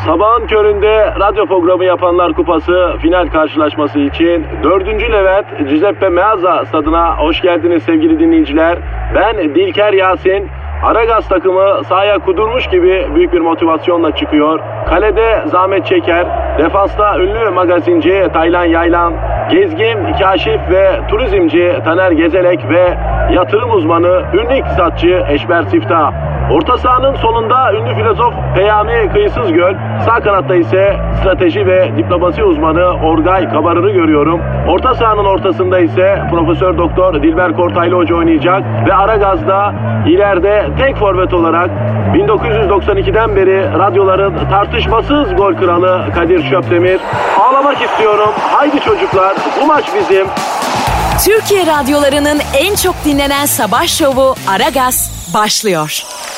Sabahın köründe radyo programı yapanlar kupası final karşılaşması için 4. Levent Giuseppe Meazza stadına hoş geldiniz sevgili dinleyiciler. Ben Dilker Yasin. Aragaz takımı sahaya kudurmuş gibi büyük bir motivasyonla çıkıyor. Kalede zahmet çeker. Defansta ünlü magazinci Taylan Yaylan, gezgin, kaşif ve turizmci Taner Gezelek ve yatırım uzmanı ünlü iktisatçı Eşber Siftah. Orta sahanın solunda ünlü filozof Peyami Kıyısızgöl, sağ kanatta ise strateji ve diplomasi uzmanı Orgay Kabarır'ı görüyorum. Orta sahanın ortasında ise Profesör Doktor Dilber Kortaylı Hoca oynayacak ve Aragaz'da ileride tek forvet olarak 1992'den beri radyoların tartışmasız gol kralı Kadir Şöpdemir. Ağlamak istiyorum. Haydi çocuklar, bu maç bizim. Türkiye radyolarının en çok dinlenen sabah şovu Aragaz başlıyor.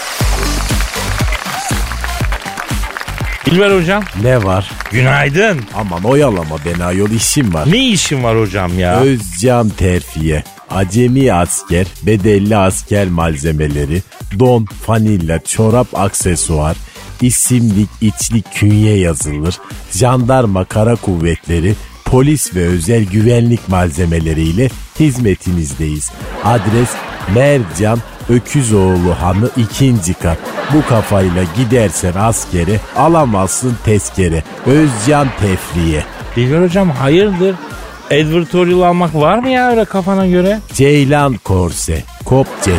Dilber hocam. Ne var? Günaydın. Aman oyalama beni ayol, işim var. Ne işin var hocam ya? Özcan terfiye. Acemi asker, bedelli asker malzemeleri, don, fanilla, çorap, aksesuar, isimlik, içlik, künye yazılır, jandarma, kara kuvvetleri, polis ve özel güvenlik malzemeleriyle hizmetinizdeyiz. Adres Mercan Öküzoğlu Hanı 2. kat. Bu kafayla gidersen askere, alamazsın tezkere. Özcan Tefriye. Dilber hocam hayırdır? Advertorial almak var mı ya öyle kafana göre? Ceylan korse, kopcet.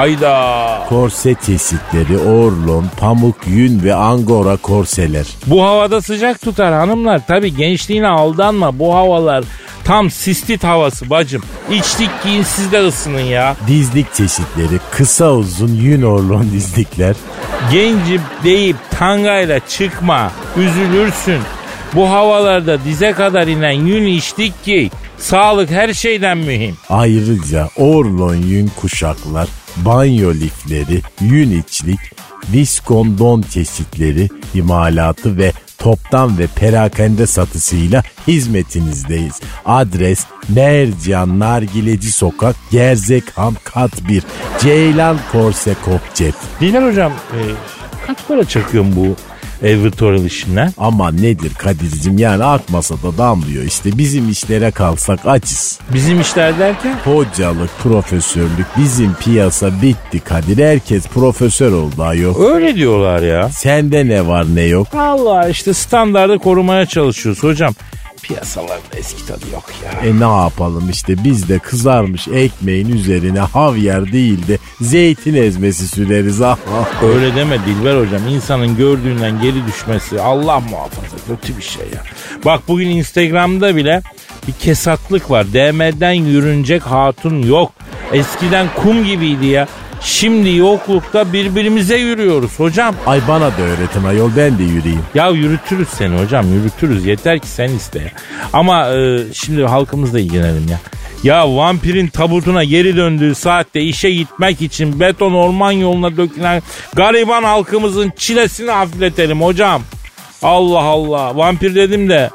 Hayda. Korse çeşitleri, orlon, pamuk, yün ve angora korseler. Bu havada sıcak tutar hanımlar. Tabii gençliğine aldanma, bu havalar tam sistit havası bacım. İçlik giyin, siz de ısının ya. Dizlik çeşitleri, kısa uzun yün orlon dizlikler. Gencim deyip tangayla çıkma, üzülürsün. Bu havalarda dize kadar inen yün içlik giy. Sağlık her şeyden mühim. Ayrıca orlon yün kuşaklar, banyo lifleri, yün içlik, viskon don çeşitleri imalatı ve toptan ve perakende satışıyla hizmetinizdeyiz. Adres Mercan Nargileci Sokak, Gerzekhan Kat 1, Ceylan Korse Kopcep. Dilber hocam kaç para çakıyorsun bu advertorial işinden? Ama nedir Kadir'cim, yani akmasa da damlıyor işte. Bizim işlere kalsak açız. Bizim işler derken? Hocalık, profesörlük, bizim piyasa bitti Kadir. Herkes profesör oldu ayol. Öyle diyorlar ya. Sende ne var ne yok? Allah işte standardı korumaya çalışıyoruz hocam. Piyasaların eski tadı yok ya. Ne yapalım işte, biz de kızarmış ekmeğin üzerine havyar değil de zeytin ezmesi süreriz. Öyle deme Dilber hocam, insanın gördüğünden geri düşmesi Allah muhafaza kötü bir şey ya. Bak bugün Instagram'da bile bir kesatlık var. DM'den yürünecek hatun yok. Eskiden kum gibiydi ya. Şimdi yoklukta birbirimize yürüyoruz hocam. Ay bana da öğretin ayol, ben de yürüyeyim. Ya yürütürüz seni hocam, yürütürüz. Yeter ki sen iste ya. Ama şimdi halkımızla ilgilenelim ya. Ya vampirin tabutuna geri döndüğü saatte işe gitmek için beton orman yoluna dökülen gariban halkımızın çilesini hafifletelim hocam. Allah Allah. Vampir dedim de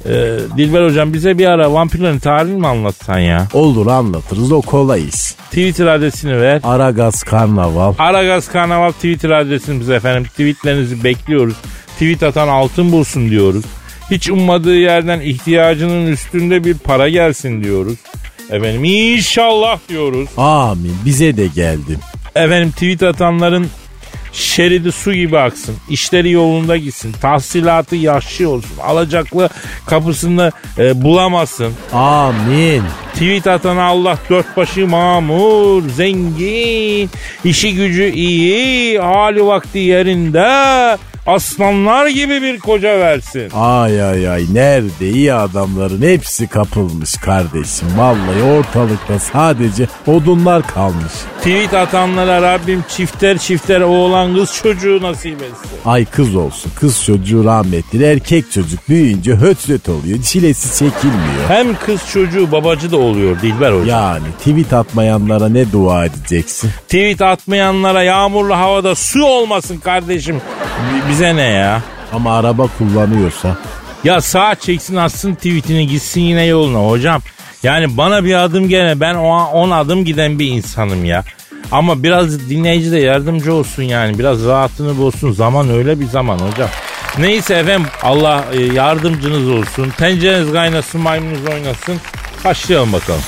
Dilber hocam bize bir ara vampirlerin tarihini mi anlatsan ya? Olur, anlatırız, o kolay iş. Twitter adresini ver. Aragaz Karnaval. Aragaz Karnaval Twitter adresimiz efendim. Tweetlerinizi bekliyoruz. Tweet atan altın bulsun diyoruz. Hiç ummadığı yerden ihtiyacının üstünde bir para gelsin diyoruz. Efendim inşallah diyoruz. Amin, bize de geldin. Efendim tweet atanların şeridi su gibi aksın. İşleri yolunda gitsin. Tahsilatı yaşlı olsun. Alacaklı kapısını bulamasın. Amin. Tweet atana Allah dört başı mamur, zengin, işi gücü iyi, hali vakti yerinde, aslanlar gibi bir koca versin. Ay ay ay, nerede iyi adamların hepsi kapılmış kardeşim. Vallahi ortalıkta sadece odunlar kalmış. Tweet atanlara Rabbim çifter çifter oğlan kız çocuğu nasip etsin. Ay kız olsun, kız çocuğu rahmetli, erkek çocuk büyüyünce höt oluyor, çilesi çekilmiyor. Hem kız çocuğu babacı da oluyor Dilber hocam. Yani tweet atmayanlara ne dua edeceksin? Tweet atmayanlara yağmurlu havada su olmasın kardeşim. Bize ne ya? Ama araba kullanıyorsa? Ya sağa çeksin atsın tweetini, gitsin yine yoluna hocam. Yani bana bir adım gene, ben 10 adım giden bir insanım ya. Ama biraz dinleyici de yardımcı olsun yani. Biraz rahatını bulsun. Zaman öyle bir zaman hocam. Neyse efendim, Allah yardımcınız olsun. Tencereniz kaynasın, maymununuz oynasın. Başlayalım bakalım.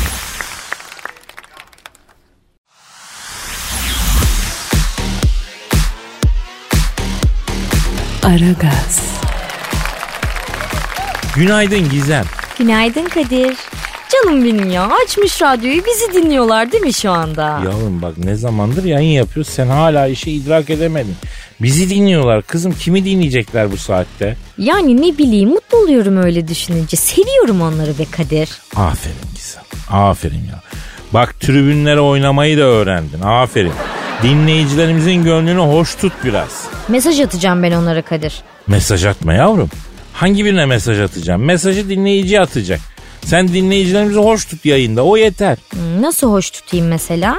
Aragaz. Günaydın Gizem. Günaydın Kadir. Canım benim ya, açmış radyoyu, bizi dinliyorlar değil mi şu anda? Yavrum bak, ne zamandır yayın yapıyoruz, sen hala işi idrak edemedin. Bizi dinliyorlar kızım, kimi dinleyecekler bu saatte? Yani ne bileyim, mutlu oluyorum öyle düşününce. Seviyorum onları be Kadir. Aferin Gizem, aferin ya. Bak, tribünlere oynamayı da öğrendin, aferin. Dinleyicilerimizin gönlünü hoş tut biraz. Mesaj atacağım ben onlara Kadir. Mesaj atma yavrum. Hangi birine mesaj atacağım? Mesajı dinleyiciye atacak. Sen dinleyicilerimizi hoş tut yayında, o yeter. Nasıl hoş tutayım mesela?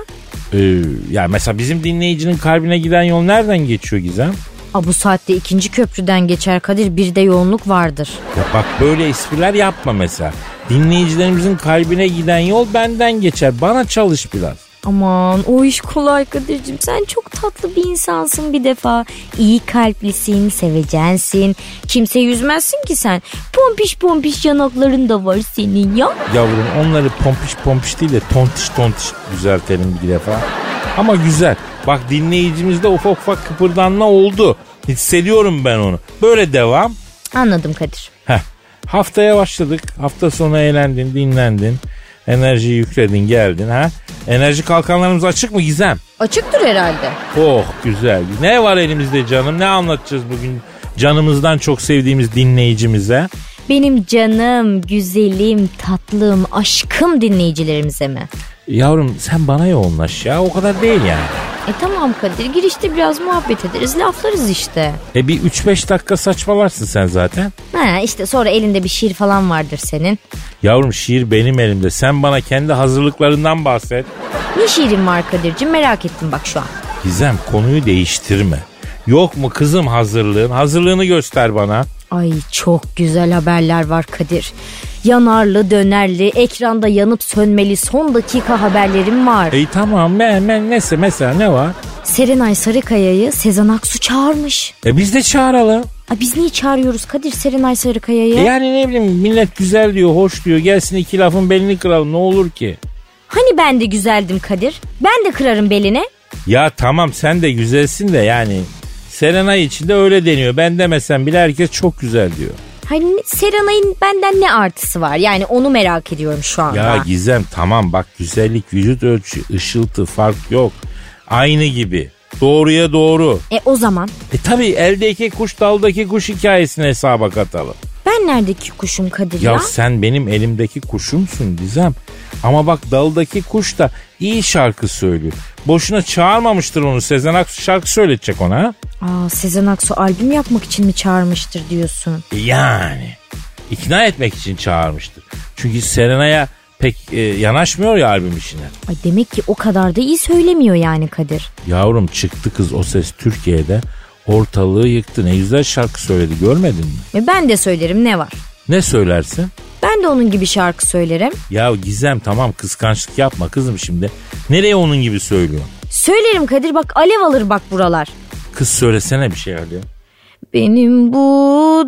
Ya mesela bizim dinleyicinin kalbine giden yol nereden geçiyor Gizem? Bu saatte 2. köprüden geçer Kadir, bir de yoğunluk vardır. Ya bak, böyle espriler yapma mesela. Dinleyicilerimizin kalbine giden yol benden geçer. Bana çalış biraz. Aman, o iş kolay Kadir'cim. Sen çok tatlı bir insansın bir defa. İyi kalplisin, sevecensin. Kimseyi üzmezsin ki sen. Pompiş pompiş yanakların da var senin ya. Yavrum, onları pompiş pompiş değil de tontiş tontiş düzeltelim bir defa. Ama güzel. Bak, dinleyicimizde ufak ufak kıpırdanma oldu. Hissediyorum ben onu. Böyle devam. Anladım Kadir. Haftaya başladık. Hafta sonu eğlendin, dinlendin. Enerjiyi yükledin, geldin ha. Enerji kalkanlarımız açık mı Gizem? Açıktır herhalde. Oh, güzel. Ne var elimizde canım? Ne anlatacağız bugün canımızdan çok sevdiğimiz dinleyicimize? Benim canım, güzelim, tatlım, aşkım dinleyicilerimize mi? Yavrum, sen bana yoğunlaş ya. O kadar değil yani. Tamam Kadir, girişte biraz muhabbet ederiz, laflarız işte. Bir 3-5 dakika saçmalarsın sen zaten. İşte sonra elinde bir şiir falan vardır senin. Yavrum, şiir benim elimde. Sen bana kendi hazırlıklarından bahset. Ne şiirin var Kadir'cim, merak ettim bak şu an. Gizem, konuyu değiştirme. Yok mu kızım hazırlığın? Hazırlığını göster bana. Ay, çok güzel haberler var Kadir. Yanarlı dönerli, ekranda yanıp sönmeli son dakika haberlerim var. Tamam, neyse, mesela ne var? Serenay Sarıkaya'yı Sezen Aksu çağırmış. Biz de çağıralım. Biz niye çağırıyoruz Kadir Serenay Sarıkaya'yı? Yani ne bileyim, millet güzel diyor, hoş diyor. Gelsin, iki lafın belini kıralım, ne olur ki? Hani ben de güzeldim Kadir? Ben de kırarım belini. Ya tamam, sen de güzelsin de yani Serenay için de öyle deniyor. Ben demesem bile herkes çok güzel diyor. Hani Serenay'ın benden ne artısı var? Yani onu merak ediyorum şu anda. Ya Gizem, tamam bak, güzellik, vücut ölçü, ışıltı, fark yok. Aynı gibi. Doğruya doğru. O zaman? Tabii, eldeki kuş daldaki kuş hikayesini hesaba katalım. Ben neredeki kuşum Kadir ya? Ya sen benim elimdeki kuşumsun Gizem. Ama bak, daldaki kuş da iyi şarkı söylüyor. Boşuna çağırmamıştır onu. Sezen Aksu şarkı söyletecek ona. Sezen Aksu albüm yapmak için mi çağırmıştır diyorsun? Yani ikna etmek için çağırmıştır. Çünkü Serenay'a pek yanaşmıyor ya albüm işine. Demek ki o kadar da iyi söylemiyor yani Kadir. Yavrum, çıktı kız o ses Türkiye'de, ortalığı yıktı. Ne güzel şarkı söyledi, görmedin mi? Ben de söylerim, ne var? Ne söylersin? Ben de onun gibi şarkı söylerim. Ya Gizem, tamam, kıskançlık yapma kızım şimdi. Nereye onun gibi söylüyor? Söylerim Kadir, bak alev alır bak buralar. Kız söylesene bir şey Ali. Benim bu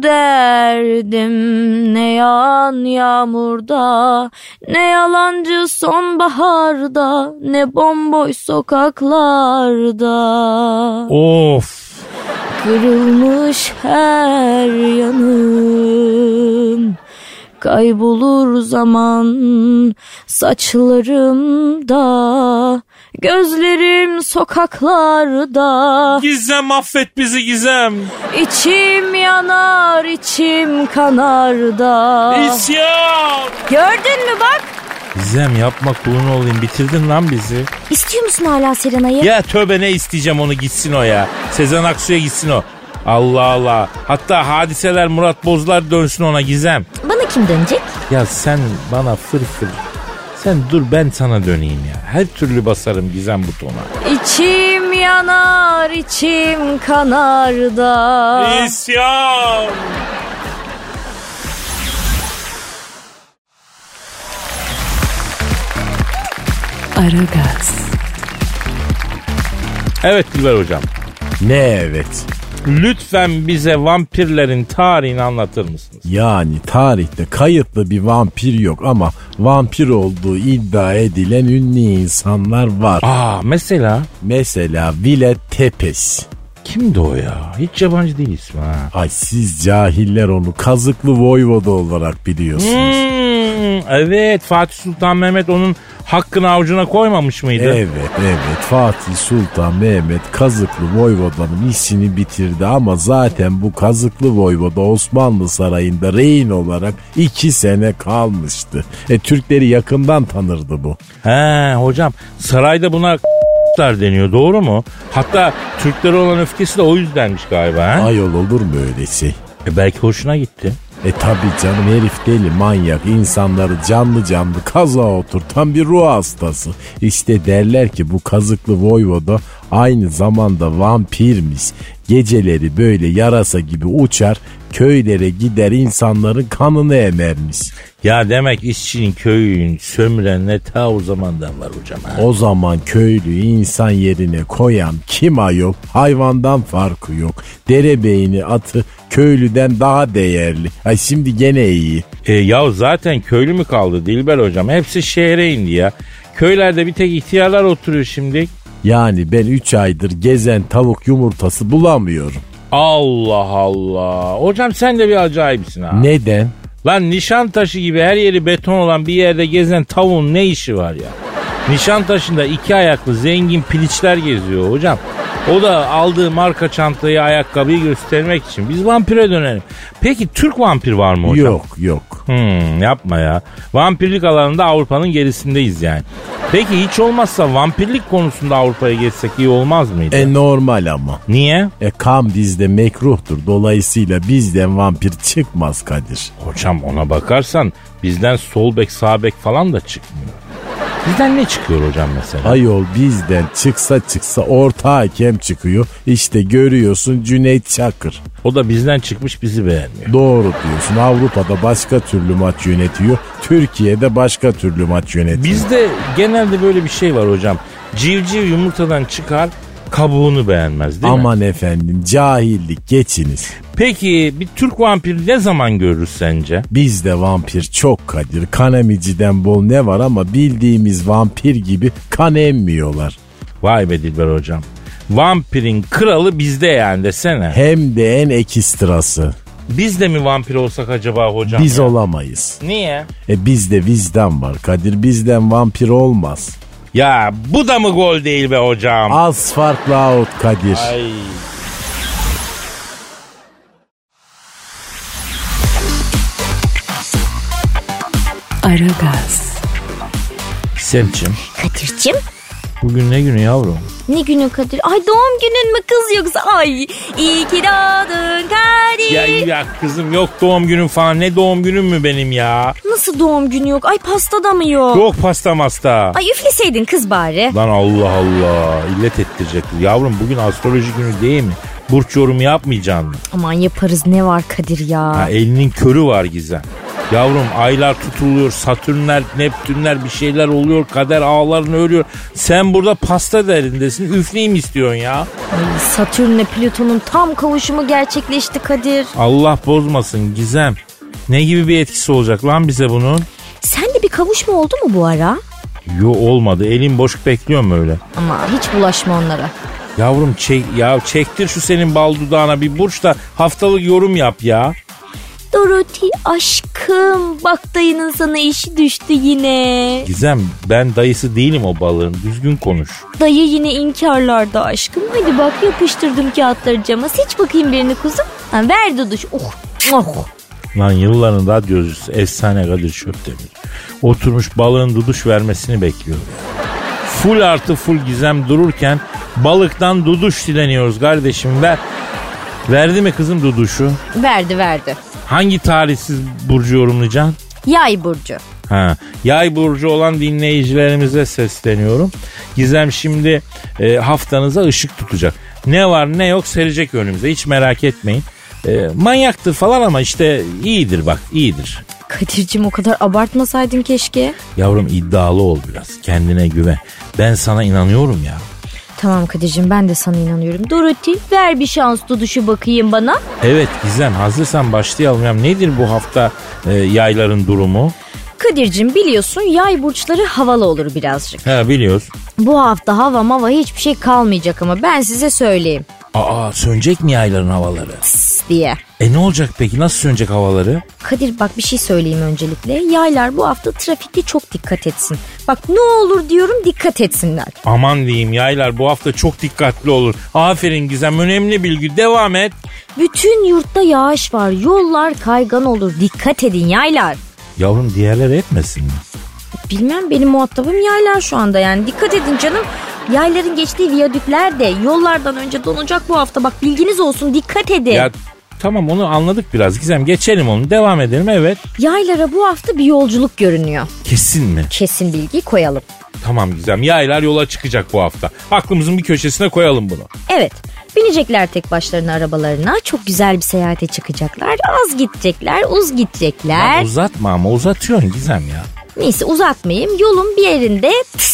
derdim ne yağan yağmurda, ne yalancı sonbaharda, ne bomboş sokaklarda. Of. Kırılmış her yanım, kaybolur zaman saçlarımda, gözlerim sokaklarda. Gizem, affet bizi Gizem. İçim yanar, içim kanar da. İsyan. Gördün mü bak? Gizem, yapma, kulun olayım, bitirdin lan bizi. İstiyor musun hala Serenay'ı? Ya tövbe, ne isteyeceğim, onu gitsin o ya. Sezen Aksu'ya gitsin o. Allah Allah. Hatta Hadiseler, Murat Bozlar dönsün ona Gizem. Bana kim dönecek? Ya sen bana fırfır. Sen dur, ben sana döneyim ya. Her türlü basarım Gizem butona. İçim yanar, içim kanar da. İsyan. Aragaz. Evet Dilber hocam. Ne evet? Lütfen bize vampirlerin tarihini anlatır mısınız? Yani tarihte kayıtlı bir vampir yok ama vampir olduğu iddia edilen ünlü insanlar var. Mesela? Mesela Vlad Tepes. Kimdi o ya? Hiç yabancı değil ismi ha. Ay siz cahiller onu Kazıklı Voyvoda olarak biliyorsunuz. Evet, Fatih Sultan Mehmet onun hakkını avucuna koymamış mıydı? Evet Fatih Sultan Mehmet Kazıklı Voyvoda'nın işini bitirdi ama zaten bu Kazıklı Voyvoda Osmanlı Sarayı'nda rehin olarak 2 sene kalmıştı. Türkleri yakından tanırdı bu. Hocam sarayda buna deniyor, doğru mu? Hatta Türklere olan öfkesi de o yüzdenmiş galiba. Ayol olur mu öyle şey? Belki hoşuna gitti. Tabi canım, herif deli manyak, insanları canlı kaza oturtan bir ruh hastası. İşte derler ki bu Kazıklı Voyvoda aynı zamanda vampirmiş. Geceleri böyle yarasa gibi uçar, köylere gider, insanların kanını emermiş. Ya demek işçinin köyün sömürenle ta o zamandan var hocam. O zaman köylüyü insan yerine koyan kim ayol? Hayvandan farkı yok. Derebeyini atı köylüden daha değerli. Ay şimdi gene iyi. Ya zaten köylü mü kaldı Dilber hocam? Hepsi şehre indi ya. Köylerde bir tek ihtiyarlar oturuyor şimdi. Yani ben 3 aydır gezen tavuk yumurtası bulamıyorum. Allah Allah. Hocam sen de bir acayipsin ha. Neden? Lan Nişantaşı gibi her yeri beton olan bir yerde gezen tavuğun ne işi var ya? Nişantaşı'nda 2 ayaklı zengin piliçler geziyor hocam. O da aldığı marka çantayı, ayakkabıyı göstermek için. Biz vampire dönelim. Peki Türk vampir var mı hocam? Yok. Yapma ya. Vampirlik alanında Avrupa'nın gerisindeyiz yani. Peki hiç olmazsa vampirlik konusunda Avrupa'ya geçsek iyi olmaz mıydı? Normal ama. Niye? Kan bizde mekruhtur. Dolayısıyla bizden vampir çıkmaz Kadir. Hocam ona bakarsan bizden sol bek sağ bek falan da çıkmıyor. Bizden ne çıkıyor hocam mesela? Ayol bizden çıksa orta hakem çıkıyor. İşte görüyorsun Cüneyt Çakır. O da bizden çıkmış, bizi beğenmiyor. Doğru diyorsun. Avrupa'da başka türlü maç yönetiyor. Türkiye'de başka türlü maç yönetiyor. Bizde genelde böyle bir şey var hocam. Civciv yumurtadan çıkar, kabuğunu beğenmez değil mi? Aman efendim, cahillik, geçiniz. Peki bir Türk vampiri ne zaman görürüz sence? Bizde vampir çok Kadir. Kan emiciden bol ne var ama bildiğimiz vampir gibi kan emmiyorlar. Vay be Dilber hocam. Vampirin kralı bizde yani desene. Hem de en ekstrası. Biz de mi vampir olsak acaba hocam? Biz olamayız. Niye? Bizde vicdan var Kadir. Bizden vampir olmaz. Ya bu da mı gol değil be hocam? Az farklı out Kadir. Ay. Aragaz. Semçim, Kadir'cim, bugün ne günü yavrum? ne günü Kadir? Ay doğum günün mü kız yoksa? Ay iyi ki doğdun Kadir. Ya kızım yok doğum günüm falan. Ne doğum günüm mü benim ya? Nasıl doğum günü yok? Ay pasta da mı yok? Yok pasta masta. Ay üfleseydin kız bari. Lan Allah Allah. İllet ettirecektir. Yavrum bugün astroloji günü değil mi? Burç yorumu yapmayacaksın mı? Aman yaparız, ne var Kadir ya? Ha, elinin körü var Gizem. Yavrum aylar tutuluyor, Satürnler, Neptünler bir şeyler oluyor, kader ağlarını örüyor. Sen burada pasta derindesin, üfleyeyim istiyorsun ya. Ay, Satürn'le Plüton'un tam kavuşumu gerçekleşti Kadir. Allah bozmasın Gizem. Ne gibi bir etkisi olacak lan bize bunun? Sende bir kavuşma oldu mu bu ara? Yo olmadı, elim boş bekliyorum öyle. Ama hiç bulaşma onlara. Yavrum çektir şu senin bal dudağına bir burç da haftalık yorum yap ya. Dorothy aşkım, bak dayının sana işi düştü yine. Gizem ben dayısı değilim o balığın, düzgün konuş. Dayı yine inkarlarda aşkım. Hadi bak, yapıştırdım kağıtları cama. Seç bakayım birini kuzum. Ha, ver duduş. Oh. Lan yılların radyocusu efsane Kadir Çöptemir oturmuş balığın duduş vermesini bekliyor. Full artı full Gizem dururken balıktan duduş dileniyoruz kardeşim. Verdi mi kızım duduşu? Verdi. Hangi tarihsiz burcu yorumlayacaksın? Yay burcu. Yay burcu olan dinleyicilerimize sesleniyorum. Gizem şimdi haftanıza ışık tutacak. Ne var ne yok serecek önümüze, hiç merak etmeyin. Manyaktır falan ama işte iyidir, bak iyidir. Kadir'cim o kadar abartmasaydın keşke. Yavrum iddialı ol biraz, kendine güven. Ben sana inanıyorum ya. Tamam Kadir'cim, ben de sana inanıyorum. Dorothy, ver bir şans tutuşu bakayım bana. Evet Gizem, hazırsan başlayalım. Ya nedir bu hafta yayların durumu? Kadir'cim, biliyorsun yay burçları havalı olur birazcık. He, biliyoruz. Bu hafta hava mava hiçbir şey kalmayacak ama ben size söyleyeyim. Sönecek mi yayların havaları? Diye. Ne olacak peki, nasıl sönecek havaları? Kadir bak, bir şey söyleyeyim öncelikle. Yaylar bu hafta trafikte çok dikkat etsin. Bak ne olur diyorum, dikkat etsinler. Aman diyeyim, yaylar bu hafta çok dikkatli olur. Aferin Gizem, önemli bilgi, devam et. Bütün yurtta yağış var, yollar kaygan olur, dikkat edin yaylar. Yavrum, diğerleri etmesin mi? Bilmem, benim muhatabım yaylar şu anda, yani dikkat edin canım. Yayların geçtiği viyadükler de yollardan önce donacak bu hafta, bak bilginiz olsun, dikkat edin. Ya tamam, onu anladık biraz Gizem, geçelim onu, devam edelim. Evet. Yaylara bu hafta bir yolculuk görünüyor. Kesin mi? Kesin bilgi koyalım. Tamam Gizem, yaylar yola çıkacak bu hafta. Aklımızın bir köşesine koyalım bunu. Evet, binecekler tek başlarına arabalarına, çok güzel bir seyahate çıkacaklar. Az gidecekler, uz gidecekler. Ya uzatma ama, uzatıyorsun Gizem ya. Neyse uzatmayayım, yolun bir yerinde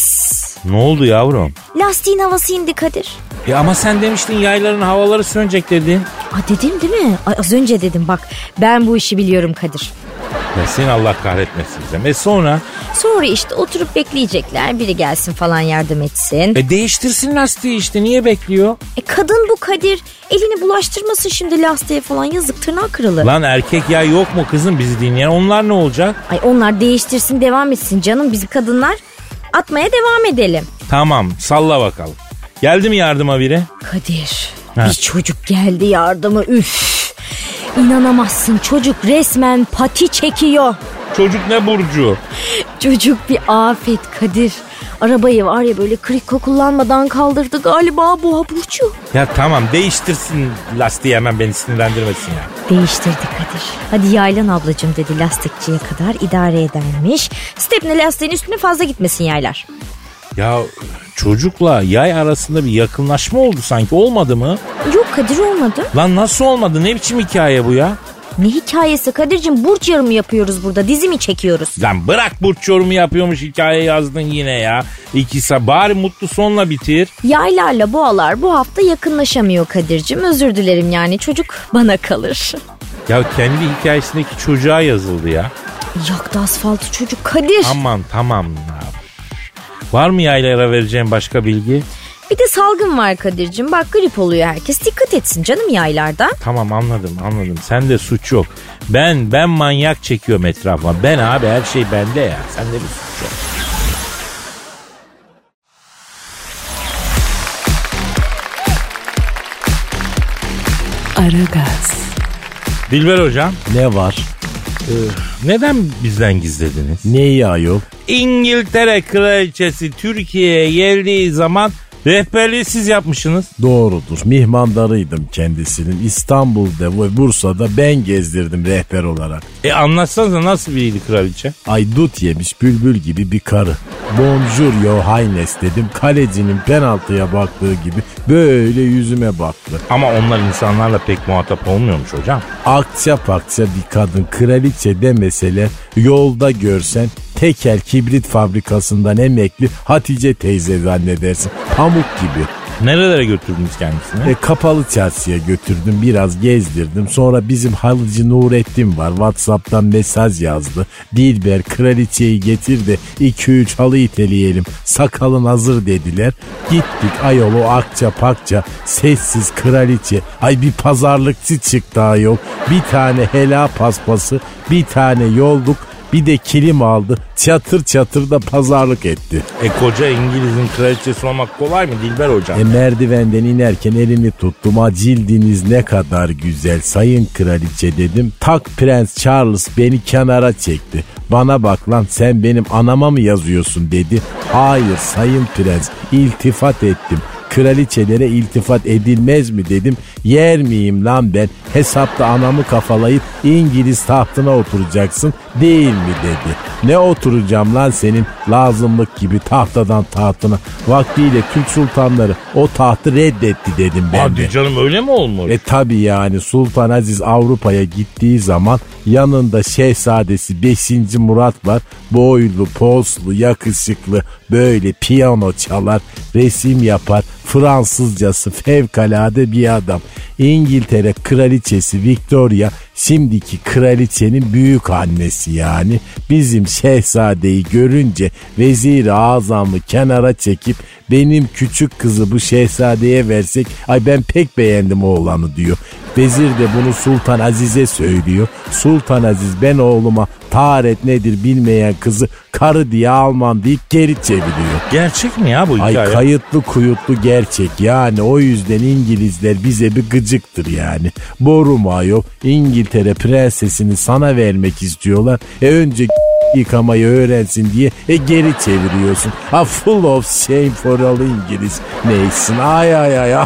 Ne oldu yavrum? lastiğin havası indi Kadir. Ama sen demiştin yayların havaları sönecek dedin. Dedim değil mi? Az önce dedim, bak ben bu işi biliyorum Kadir. Ya seni Allah kahretmesin Gizem. Sonra? Sonra işte oturup bekleyecekler, biri gelsin falan yardım etsin. Değiştirsin lastiği işte, niye bekliyor? Kadın bu Kadir, elini bulaştırmasın şimdi lastiğe falan, yazık, tırnağı kırılır. Lan erkek yay yok mu kızım bizi dinleyen, onlar ne olacak? Onlar değiştirsin, devam etsin canım, biz kadınlar atmaya devam edelim. Tamam, salla bakalım. Geldi mi yardıma biri? Kadir, bir çocuk geldi yardıma, üf. İnanamazsın, çocuk resmen pati çekiyor. Çocuk ne burcu? Çocuk bir afet Kadir. Arabayı var ya böyle kriko kullanmadan kaldırdı, galiba boğa burcu. Ya tamam, değiştirsin lastiği, hemen beni sinirlendirmesin ya. Değiştirdi Kadir. Hadi yaylan ablacığım dedi, lastikçiye kadar idare edermiş. Stepne lastiğin üstüne fazla gitmesin yaylar. Ya çocukla yay arasında bir yakınlaşma oldu sanki, olmadı mı? Yok Kadir, olmadı. Lan nasıl olmadı, ne biçim hikaye bu ya? Ne hikayesi Kadir'cim, burç yorumu yapıyoruz burada, dizi mi çekiyoruz? Lan bırak, burç yorumu yapıyormuş hikaye yazdın yine ya. İkisi bari mutlu sonla bitir. Yaylarla boğalar bu hafta yakınlaşamıyor Kadir'cim, özür dilerim, yani çocuk bana kalır. Ya kendi hikayesindeki çocuğa yazıldı ya. Yaktı asfaltı çocuk Kadir. Aman tamam abi. Var mı yaylara vereceğim başka bilgi? Bir de salgın var Kadir'cim, bak grip oluyor herkes, dikkat etsin canım yaylarda. Tamam, anladım. Sende suç yok. Ben manyak çekiyorum etrafıma. Ben abi, her şey bende ya. Sende bir suç yok. Aragaz. Dilber hocam, Ne var? neden bizden gizlediniz? Neyi ayol? İngiltere kraliçesi Türkiye'ye geldiği zaman rehberliği siz yapmışsınız. Doğrudur. Mihmandarıydım kendisinin. İstanbul'da ve Bursa'da ben gezdirdim rehber olarak. Anlatsanıza, nasıl biriydi kraliçe? Ay dut yemiş bülbül gibi bir karı. Bonjour your highness dedim. Kalecinin penaltıya baktığı gibi böyle yüzüme baktı. Ama onlar insanlarla pek muhatap olmuyormuş hocam. Akça pakça bir kadın, kraliçe demeseler yolda görsen tekel kibrit fabrikasından emekli Hatice teyze zannedersin. Pamuk gibi. Nerelere götürdünüz kendisini? Kapalı çarşıya götürdüm, biraz gezdirdim. Sonra bizim halıcı Nurettin var, WhatsApp'tan mesaj yazdı. Dilber kraliçeyi getir de 2-3 halı iteleyelim, sakalın hazır dediler. Gittik ayol, o akça pakça sessiz kraliçe. Ay bir pazarlıkçı çıktı ayol. Bir tane hela paspası, bir tane yolluk, bir de kilim aldı. Çatır çatır da pazarlık etti. Koca İngiliz'in kraliçesi olmak kolay mı Dilber hocam? Merdivenden inerken elini tuttum. Cildiniz ne kadar güzel sayın kraliçe dedim. Tak Prens Charles beni kenara çekti. Bana bak lan, sen benim anama mı yazıyorsun dedi. Hayır sayın prens, iltifat ettim. Kraliçelere iltifat edilmez mi dedim. Yer miyim lan ben? Hesapta anamı kafalayıp İngiliz tahtına oturacaksın değil mi dedi. Ne oturacağım lan senin lazımlık gibi tahtadan tahtına. Vaktiyle Türk sultanları o tahtı reddetti dedim ben Hadi de. canım, öyle mi olmuş? Tabi yani Sultan Aziz Avrupa'ya gittiği zaman yanında şehzadesi 5. Murat var. Boylu, poslu, yakışıklı, böyle piyano çalar, resim yapar, Fransızcası fevkalade bir adam. İngiltere kraliçesi Victoria şimdiki kraliçenin büyük annesi yani. Bizim şehzadeyi görünce vezir-i azamı kenara çekip benim küçük kızı bu şehzadeye versek ay ben pek beğendim oğlanı diyor. Vezir de bunu Sultan Aziz'e söylüyor. Sultan Aziz ben oğluma taharet nedir bilmeyen kızı karı diye almam deyip geri çeviriyor. Gerçek mi ya bu hikaye? Ay kayıtlı kuyutlu gerçek yani o yüzden İngilizler bize bir gıcıktır yani. Boru mu ayol? İngiltere prensesini sana vermek istiyorlar. Önce yıkamayı öğrensin diye geri çeviriyorsun. Full of shame for all İngiliz. Neysin ay.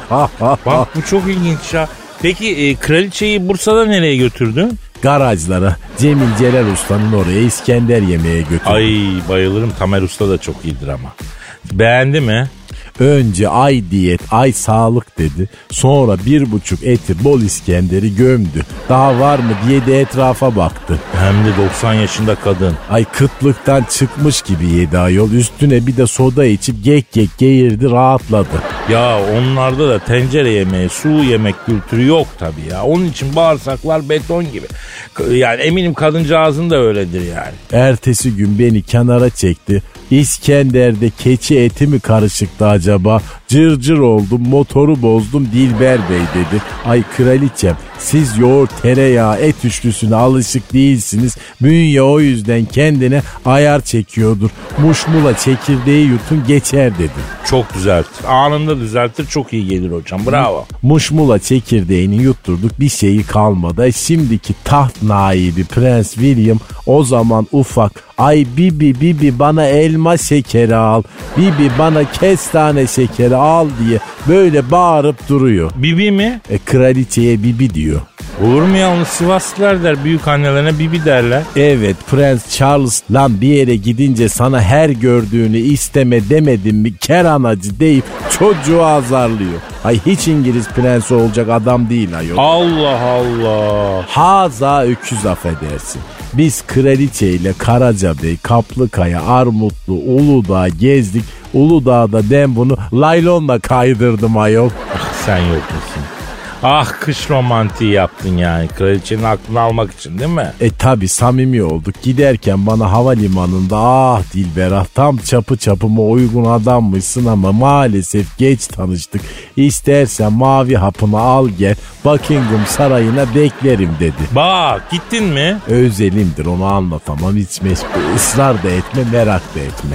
Bak bu çok ilginç ya. Peki kraliçeyi Bursa'da nereye götürdün? Garajlara Cemil Celal Usta'nın oraya İskender yemeğe götürdüm. Ay bayılırım, Tamer Usta da çok iyidir ama. Beğendi mi? Önce ay diyet, ay sağlık dedi. Sonra 1,5 eti bol İskender'i gömdü. Daha var mı diye de etrafa baktı. Hem de 90 yaşında kadın. Ay kıtlıktan çıkmış gibi yedi ayol. Üstüne bir de soda içip gek geğirdi, rahatladı. Ya onlarda da tencere yemeği, su yemek kültürü yok tabii ya. Onun için bağırsaklar beton gibi. Yani eminim kadıncağızın da öyledir yani. Ertesi gün beni kenara çekti. İskender'de keçi eti mi karışıktı acaba? Cırcır oldum, motoru bozdum Dilber Bey dedi. Ay kraliçem siz yoğurt, tereyağı, et üçlüsüne alışık değilsiniz. Bünye o yüzden kendine ayar çekiyordur. Muşmula çekirdeği yutun geçer dedi. Çok düzeltir. Anında düzeltir. Çok iyi gelir hocam. Bravo. Muşmula çekirdeğini yutturduk. Bir şeyi kalmadı. Şimdiki taht naibi Prens William o zaman ufak. Ay Bibi bana elma şekeri al. Bibi bana kestane şekeri al diye böyle bağırıp duruyor. Bibi mi? Kraliçeye Bibi diyor. Olur mu yalnız Sivaslılar der büyük annelerine Bibi derler. Evet Prens Charles lan bir yere gidince sana her gördüğünü isteme demedim mi keranacı deyip çocuğu azarlıyor. Ay hiç İngiliz prensi olacak adam değil ayol. Allah Allah. Haza öküz affedersin. Biz kraliçeyle Karacabey, Kaplıkaya, Armutlu, Uludağ gezdik. Uludağ'da ben bunu laylonla kaydırdım ayol. Ah sen yok musun? Ah kış romantiği yaptın yani kraliçenin aklını almak için değil mi? Tabi samimi olduk. Giderken bana havalimanında Dilber tam çapıma uygun adammışsın ama maalesef geç tanıştık. İstersen mavi hapını al gel Buckingham Sarayı'na beklerim dedi. Bak gittin mi? Özelimdir onu anlatamam hiç meşgul. Israr da etme merak da etme.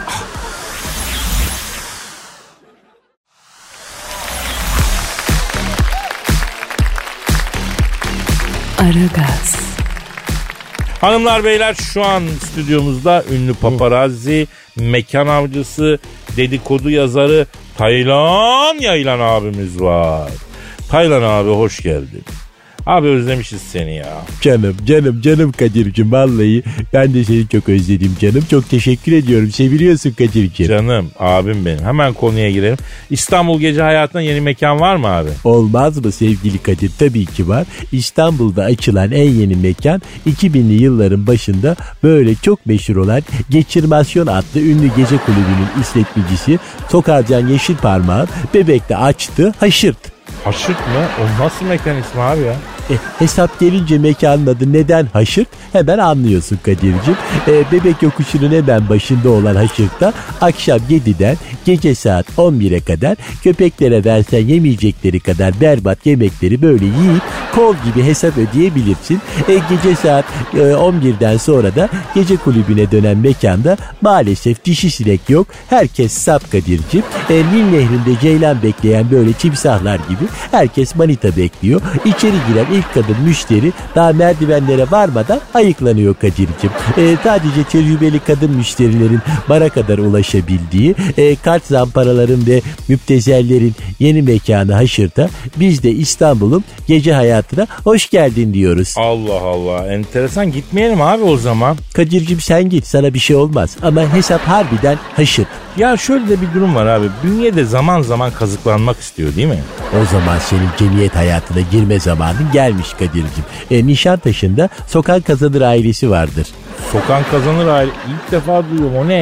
Aragaz. Hanımlar beyler şu an stüdyomuzda ünlü paparazzi, mekan avcısı, dedikodu yazarı Taylan Yaylan abimiz var. Taylan abi hoş geldin. Abi özlemişiz seni ya. Canım Kadir'cim vallahi ben de seni çok özledim canım. Çok teşekkür ediyorum. Seviliyorsun Kadir'cim. Canım abim benim. Hemen konuya girelim. İstanbul gece hayatında yeni mekan var mı abi? Olmaz mı sevgili Kadir? Tabii ki var. İstanbul'da açılan en yeni mekan 2000'li yılların başında böyle çok meşhur olan Geçirmasyon adlı ünlü gece kulübünün işletmecisi Tokarcan Yeşilparmak'ın Bebek'te açtığı Haşırt. Haşırt mı? O nasıl mekan ismi abi ya? Hesap gelince mekanın adı neden Haşırt hemen anlıyorsun Kadir'cim. Bebek yokuşunun hemen başında olan Haşırt'ta akşam 7'den gece saat 11'e kadar köpeklere versen yemeyecekleri kadar berbat yemekleri böyle yiyip kol gibi hesap ödeyebilirsin. Gece saat 11'den sonra da gece kulübüne dönen mekanda maalesef dişi sinek yok. Herkes sap Kadir'cim. Nil Nehri'nde ceylan bekleyen böyle timsahlar gibi herkes manita bekliyor. İçeri giren ilk kadın müşteri daha merdivenlere varmadan ayıklanıyor Kadir'cim. Sadece tecrübeli kadın müşterilerin bana kadar ulaşabildiği kart zamparaların ve müptezellerin yeni mekanı Haşırt'a biz de İstanbul'un gece hayatına hoş geldin diyoruz. Allah Allah enteresan, gitmeyelim abi o zaman. Kadir'cim sen git, sana bir şey olmaz ama hesap harbiden Haşırt. Ya şöyle de bir durum var abi, bünye de zaman zaman kazıklanmak istiyor değil mi? O zaman senin cemiyet hayatına girme zamanın gelmiş Kadir'cim. Nişantaşı'nda Sokan Kazanır ailesi vardır. Sokan Kazanır aile ilk defa duyuyorum, o ne ya?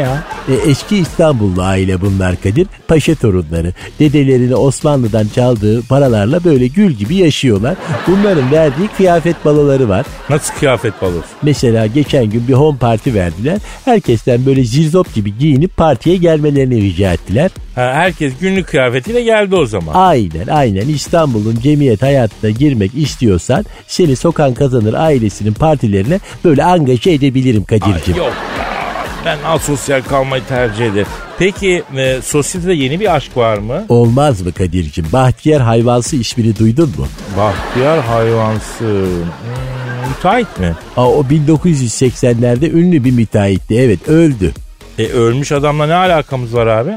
Eski İstanbullu aile bunlar Kadir. Paşa torunları. Dedelerini Osmanlı'dan çaldığı paralarla böyle gül gibi yaşıyorlar. Bunların verdiği kıyafet baloları var. Nasıl kıyafet balosu? Mesela geçen gün bir home parti verdiler. Herkesten böyle zirzop gibi giyinip partiye gelmelerini rica ettiler. Herkes günlük kıyafetiyle geldi o zaman. Aynen. İstanbul'un cemiyet hayatına girmek istiyorsan seni Sokan Kazanır ailesinin partilerine böyle angaje edebilirim Kadir'cim. Yok ya, ben asosyal kalmayı tercih ederim. Peki sosyetede yeni bir aşk var mı? Olmaz mı Kadir'cim? Bahtiyar Hayvansı ismini duydun mu? Bahtiyar Hayvansı. Müteahhit mi? O 1980'lerde ünlü bir müteahhitti. Evet, öldü. Ölmüş adamla ne alakamız var abi?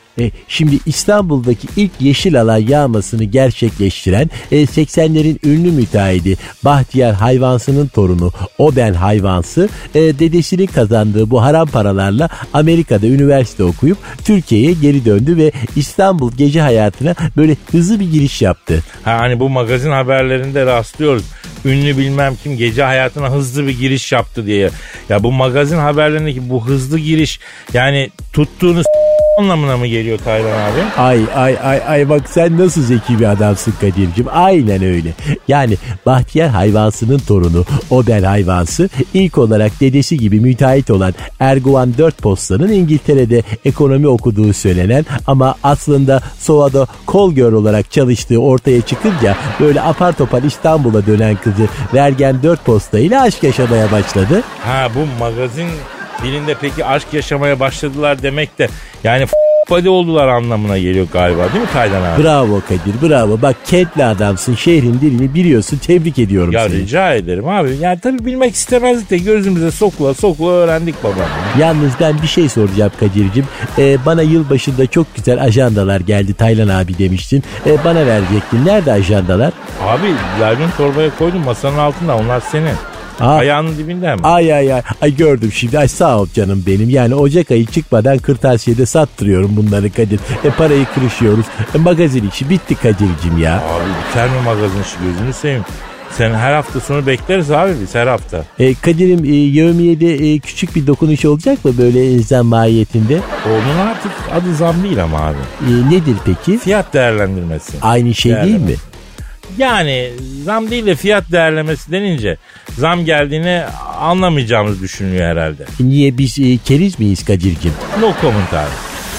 Şimdi İstanbul'daki ilk yeşil alan yağmasını gerçekleştiren 80'lerin ünlü müteahhidi Bahtiyar Hayvansı'nın torunu Oben Hayvansı dedesinin kazandığı bu haram paralarla Amerika'da üniversite okuyup Türkiye'ye geri döndü ve İstanbul gece hayatına böyle hızlı bir giriş yaptı. Hani bu magazin haberlerinde rastlıyoruz. Ünlü bilmem kim gece hayatına hızlı bir giriş yaptı diye. Ya bu magazin haberlerindeki bu hızlı giriş yani tuttuğunuz anlamına mı geliyor Taylan abi? Ay bak sen nasıl zeki bir adamsın Kadir'cim. Aynen öyle. Yani Bahtiyar Hayvansı'nın torunu Oben Hayvansı ilk olarak dedesi gibi müteahhit olan Erguvan Dörtposta'nın İngiltere'de ekonomi okuduğu söylenen ama aslında Sova'da call girl olarak çalıştığı ortaya çıkınca böyle apar topar İstanbul'a dönen kızı Vergen Dörtposta ile aşk yaşamaya başladı. Bu magazin dilinde peki aşk yaşamaya başladılar demek de yani body oldular anlamına geliyor galiba değil mi Taylan abi? Bravo Kadir, bravo. Bak kentli adamsın, şehrin dilini biliyorsun, tebrik ediyorum ya seni. Ya rica ederim abi. Yani tabii bilmek istemezdik de gözümüze sokula öğrendik baba. Yalnız ben bir şey soracağım Kadir'cim. Bana yılbaşında çok güzel ajandalar geldi Taylan abi demiştin. Bana verecektin. Nerede ajandalar? Abi laylon torbaya koydum masanın altında, onlar senin. Ayağının dibinde mi? Ay gördüm şimdi. Ay sağ ol canım benim. Yani Ocak ayı çıkmadan kırtasiyede sattırıyorum bunları Kadir. Parayı kırışıyoruz. Magazin işi bitti Kadir'cim ya. Abi biter mi magazin işi, gözünü seveyim. Sen her hafta sonu bekleriz abi biz her hafta. Kadir'im yevmiyede küçük bir dokunuş olacak mı böyle zam mahiyetinde? Onun artık adı zam değil ama abi. Nedir peki? Fiyat değerlendirmesi. Aynı şey değil mi? Yani zam değil de fiyat değerlemesi denince zam geldiğini anlamayacağımız düşünülüyor herhalde. Niye, biz keriz miyiz Kadir'cim? No comment abi.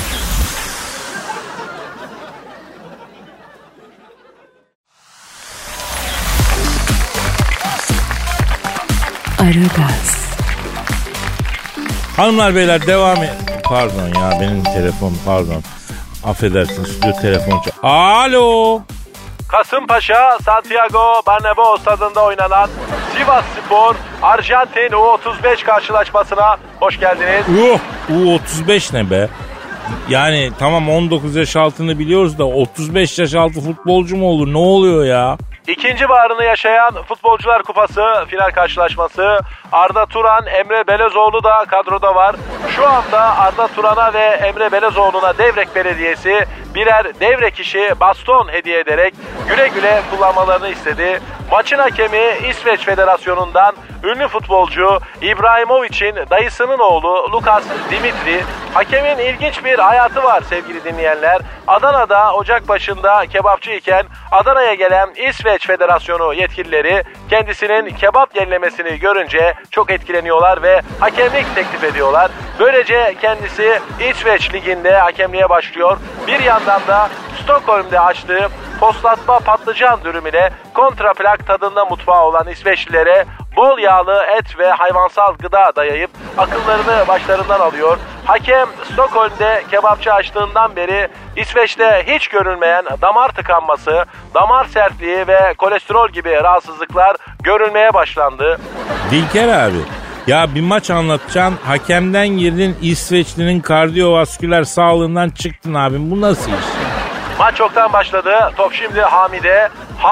Aragaz. Hanımlar beyler devam et. Pardon ya benim telefon pardon. Affedersin stüdyo telefonu. Alo. Kasımpaşa Santiago Bernabéu stadında oynanan Sivasspor Arjantin U35 karşılaşmasına hoş geldiniz. U35 ne be? Yani tamam 19 yaş altını biliyoruz da 35 yaş altı futbolcu mu olur? Ne oluyor ya? İkinci baharını yaşayan Futbolcular Kupası final karşılaşması. Arda Turan, Emre Belezoğlu da kadroda var. Şu anda Arda Turan'a ve Emre Belezoğlu'na Devrek Belediyesi birer devrek işi baston hediye ederek güle güle kullanmalarını istedi. Maçın hakemi İsveç Federasyonu'ndan ünlü futbolcu İbrahimovic'in dayısının oğlu Lukas Dimitri. Hakemin ilginç bir hayatı var sevgili dinleyenler. Adana'da Ocak başında kebapçı iken Adana'ya gelen İsveç Federasyonu yetkilileri kendisinin kebap yenilemesini görünce çok etkileniyorlar ve hakemlik teklif ediyorlar. Böylece kendisi İsveç Ligi'nde hakemliğe başlıyor. Bir yandan da Stockholm'de açtığı postlatma patlıcan dürümüne kontraplak tadında mutfağı olan İsveçlilere bol yağlı et ve hayvansal gıda dayayıp akıllarını başlarından alıyor. Hakem Stockholm'de kebapçı açtığından beri İsveç'te hiç görülmeyen damar tıkanması, damar sertliği ve kolesterol gibi rahatsızlıklar görülmeye başlandı. Dilker abi, ya bir maç anlatacaksın, hakemden girdin İsveçlinin kardiyovasküler sağlığından çıktın abim. Bu nasıl iş? Maç çoktan başladı. Top şimdi Hami'de.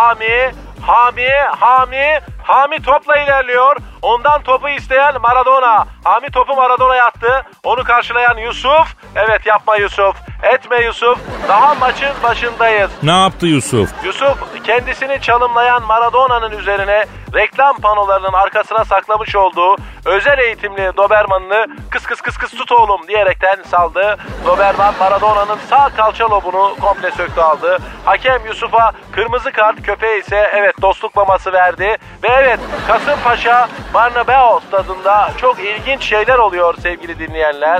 Hami topla ilerliyor. Ondan topu isteyen Maradona. Hami topu Maradona'ya attı. Onu karşılayan Yusuf. Evet, yapma Yusuf. Etme Yusuf. Daha maçın başındayız. Ne yaptı Yusuf? Yusuf kendisini çalımlayan Maradona'nın üzerine reklam panolarının arkasına saklamış olduğu özel eğitimli Doberman'ını kıs kıs kıs kıs tut oğlum diyerekten saldı. Doberman Maradona'nın sağ kalça lobunu komple söktü aldı. Hakem Yusuf'a kırmızı kart, köpeğe ise evet dostluk maması verdi. Ve evet, Kasımpaşa Bernabéu stadında çok ilginç şeyler oluyor sevgili dinleyenler.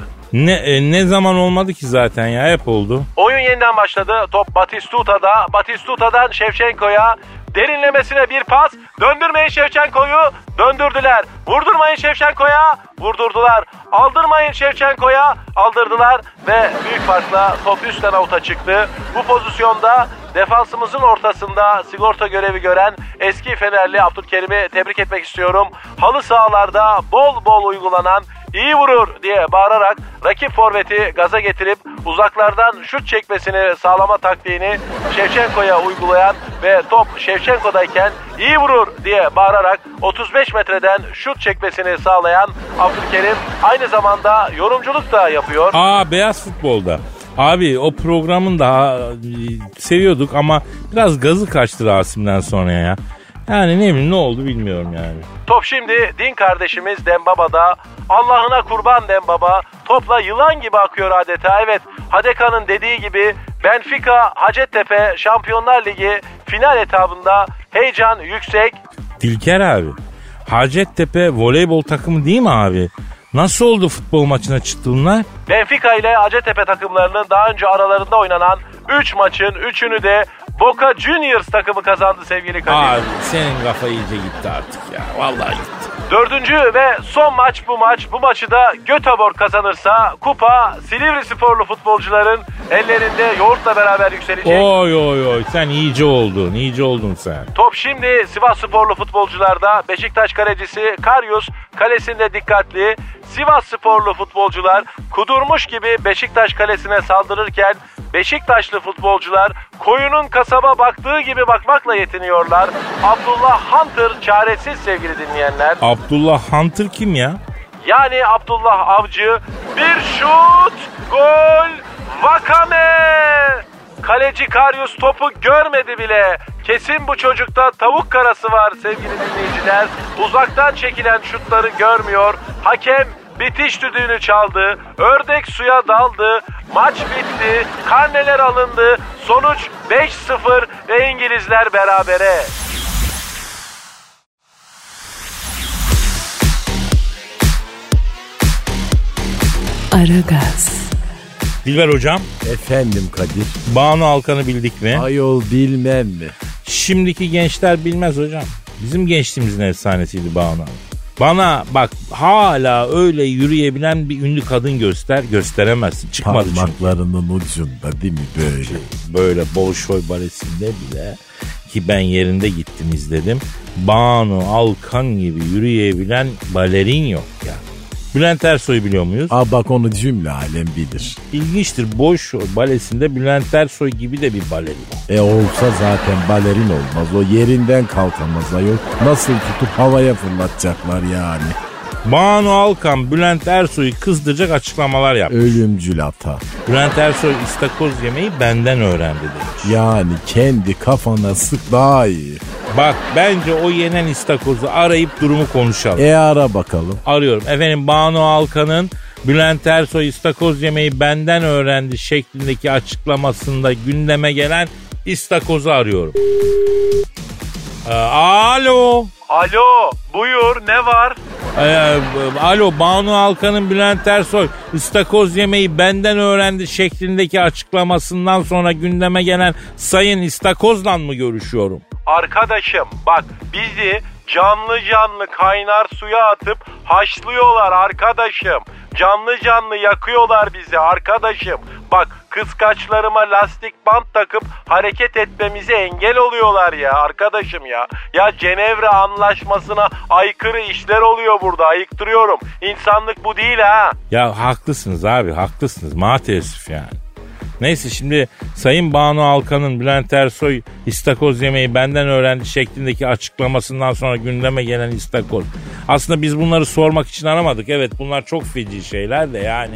Ne zaman olmadı ki zaten ya, hep oldu. Oyun yeniden başladı. Top Batistuta'da. Batistuta'dan Şevçenko'ya. Derinlemesine bir pas. Döndürmeyin Şevçenko'yu. Döndürdüler. Vurdurmayın Şevçenko'ya. Vurdurdular. Aldırmayın Şevçenko'ya. Aldırdılar ve büyük farkla top üstten avuta çıktı. Bu pozisyonda defansımızın ortasında sigorta görevi gören eski Fenerli Abdülkerim'i tebrik etmek istiyorum. Halı sahalarda bol bol uygulanan İyi vurur diye bağırarak rakip forveti gaza getirip uzaklardan şut çekmesini sağlama taktiğini Şevçenko'ya uygulayan ve top Şevçenko'dayken iyi vurur diye bağırarak 35 metreden şut çekmesini sağlayan Abdülkerim aynı zamanda yorumculuk da yapıyor. Beyaz futbolda. Abi o programın da seviyorduk ama biraz gazı kaçtı Rasim'den sonra ya. Yani ne bileyim, ne oldu bilmiyorum yani. Top şimdi din kardeşimiz Dembaba'da. Allah'ına kurban Dembaba. Topla yılan gibi akıyor adeta. Evet, Hadeka'nın dediği gibi Benfica Hacettepe Şampiyonlar Ligi final etabında heyecan yüksek. Dilker abi, Hacettepe voleybol takımı değil mi abi? Nasıl oldu futbol maçına çıktığınlar? Benfica ile Hacettepe takımlarının daha önce aralarında oynanan 3 maçın 3'ünü de Boca Juniors takımı kazandı sevgili Kadir. Abi senin kafa iyice gitti artık ya. Vallahi gitti. 4. ve son maç bu maç. Bu maçı da Göteborg kazanırsa kupa Silivri sporlu futbolcuların ellerinde yoğurtla beraber yükselecek. Oy sen iyice oldun sen. Top şimdi Sivas sporlu futbolcularda. Beşiktaş kalecisi Karius kalesinde dikkatli. Sivas sporlu futbolcular kudurmuş gibi Beşiktaş kalesine saldırırken Beşiktaşlı futbolcular koyunun kasaba baktığı gibi bakmakla yetiniyorlar. Abdullah Hunter çaresiz sevgili dinleyenler. Abdullah Hunter kim ya? Yani Abdullah Avcı, bir şut, gol, Vakame. Kaleci Karius topu görmedi bile. Kesin bu çocukta tavuk karası var sevgili dinleyiciler. Uzaktan çekilen şutları görmüyor. Hakem bitiş düdüğünü çaldı. Ördek suya daldı. Maç bitti. Karneler alındı. Sonuç 5-0 ve İngilizler berabere. Aragaz. Dilber hocam. Efendim Kadir. Banu Alkan'ı bildik mi? Ayol bilmem mi? Şimdiki gençler bilmez hocam. Bizim gençliğimizin efsanesiydi Banu Alkan. Bana bak, hala öyle yürüyebilen bir ünlü kadın gösteremezsin. Çıkmadı çünkü. Parmaklarının ucunda değil mi böyle? Böyle Bolşoy Balesi'nde bile, ki ben yerinde gittim izledim, Banu Alkan gibi yürüyebilen balerin yok ya. Bülent Ersoy'u biliyor muyuz? Bak onu cümle alem bilir. İlginçtir, Bolşoy Balesi'nde Bülent Ersoy gibi de bir balerin. Olsa zaten balerin olmaz. O yerinden kalkamaz ayol. Nasıl tutup havaya fırlatacaklar yani. Banu Alkan Bülent Ersoy'u kızdıracak açıklamalar yapmış. Ölümcül hata. Bülent Ersoy istakoz yemeği benden öğrendi demiş. Yani kendi kafana sık daha iyi. Bak bence o yenen istakozu arayıp durumu konuşalım. Ara bakalım. Arıyorum. Efendim, Banu Alkan'ın Bülent Ersoy istakoz yemeği benden öğrendi şeklindeki açıklamasında gündeme gelen istakozu arıyorum. Alo. Alo, buyur, ne var? Alo, Banu Alkan'ın Bülent Ersoy istakoz yemeği benden öğrendi şeklindeki açıklamasından sonra gündeme gelen Sayın İstakoz'la mı görüşüyorum? Arkadaşım bak, bizi canlı kaynar suya atıp haşlıyorlar arkadaşım. Canlı yakıyorlar bizi arkadaşım. Bak, kıskaçlarıma lastik bant takıp hareket etmemize engel oluyorlar ya arkadaşım ya. Ya Cenevre Anlaşması'na aykırı işler oluyor burada, ayıktırıyorum. İnsanlık bu değil ha. Ya haklısınız abi, haklısınız, maalesef yani. Neyse, şimdi Sayın Banu Alkan'ın Bülent Ersoy istakoz yemeği benden öğrendi şeklindeki açıklamasından sonra gündeme gelen istakoz. Aslında biz bunları sormak için aramadık. Evet, bunlar çok feci şeyler de yani.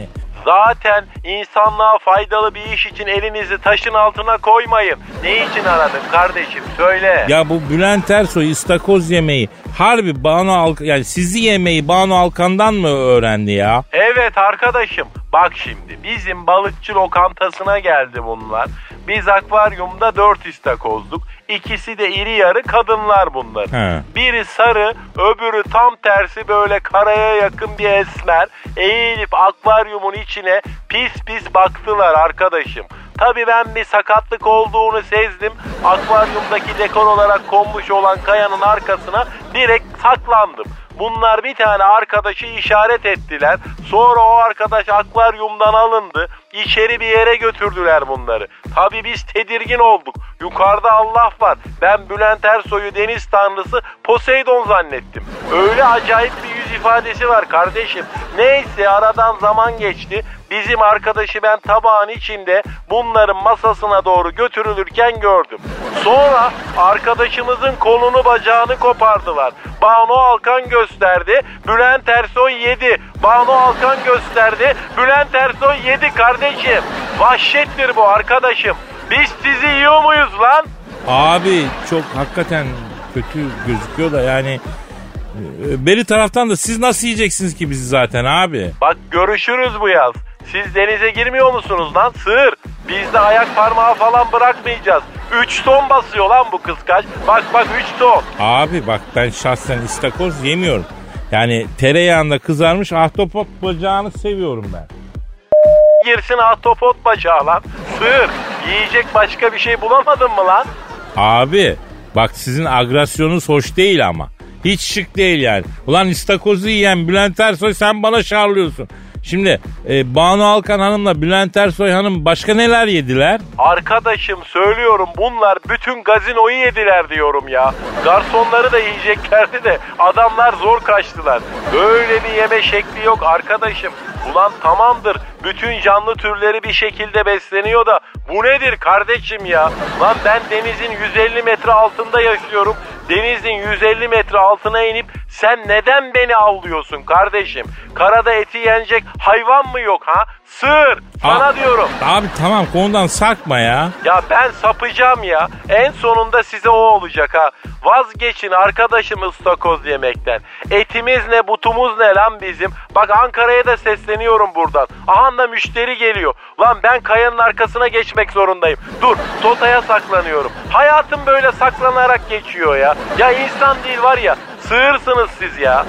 Zaten insanlığa faydalı bir iş için elinizi taşın altına koymayın. Ne için aradın kardeşim söyle. Ya bu Bülent Ersoy istakoz yemeği harbi yani sizi yemeği Banu Alkan'dan mı öğrendi ya? Evet arkadaşım. Bak şimdi bizim balıkçı lokantasına geldi bunlar. Biz akvaryumda 4 istakozduk. İkisi de iri yarı kadınlar bunlar. Biri sarı, öbürü tam tersi böyle karaya yakın bir esmer. Eğilip akvaryumun içine pis pis baktılar arkadaşım. Tabii ben bir sakatlık olduğunu sezdim. Akvaryumdaki dekor olarak konmuş olan kayanın arkasına direkt saklandım. Bunlar bir tane arkadaşı işaret ettiler. Sonra o arkadaş akvaryumdan alındı. İçeri bir yere götürdüler bunları. Tabii biz tedirgin olduk. Yukarıda Allah var. Ben Bülent Ersoy'u deniz tanrısı Poseidon zannettim. Öyle acayip bir yüz ifadesi var kardeşim. Neyse aradan zaman geçti. Bizim arkadaşı ben tabağın içinde bunların masasına doğru götürülürken gördüm. Sonra arkadaşımızın kolunu bacağını kopardılar. Banu Alkan gösterdi. Bülent Ersoy yedi. Banu Alkan gösterdi. Bülent Ersoy yedi kardeşim. Vahşettir bu arkadaşım. Biz sizi yiyor muyuz lan? Abi çok hakikaten kötü gözüküyor da yani beri taraftan da siz nasıl yiyeceksiniz ki bizi zaten abi? Bak görüşürüz bu yaz. Siz denize girmiyor musunuz lan sığır? Biz de ayak parmağı falan bırakmayacağız. 3 ton basıyor lan bu kıskaç. Bak 3 ton. Abi bak ben şahsen istakoz yemiyorum. Yani tereyağında kızarmış ahtapot bacağını seviyorum ben. Girsin ahtapot bacağı lan. Sığır. Yiyecek başka bir şey bulamadın mı lan? Abi bak sizin agresyonunuz hoş değil ama. Hiç şık değil yani. Ulan istakozu yiyen Bülent Ersoy sen bana şarlıyorsun. Şimdi Banu Alkan Hanım'la Bülent Ersoy Hanım başka neler yediler? Arkadaşım söylüyorum bunlar bütün gazinoyu yediler diyorum ya. Garsonları da yiyeceklerdi de adamlar zor kaçtılar. Böyle bir yeme şekli yok arkadaşım. Ulan tamamdır bütün canlı türleri bir şekilde besleniyor da bu nedir kardeşim ya? Lan ben denizin 150 metre altında yaşıyorum. Denizin 150 metre altına inip sen neden beni avlıyorsun kardeşim? Karada eti yenecek hayvan mı yok ha? Sığır sana diyorum. Abi tamam konudan sarkma ya. Ya ben sapacağım ya. En sonunda size o olacak ha. Vazgeçin arkadaşım ıstakoz yemekten. Etimiz ne butumuz ne lan bizim. Bak Ankara'ya da sesleniyorum buradan. Aha da müşteri geliyor. Lan ben kayanın arkasına geçmek zorundayım. Dur sotaya saklanıyorum. Hayatım böyle saklanarak geçiyor ya. Ya insan değil var ya. Sığırsınız siz ya.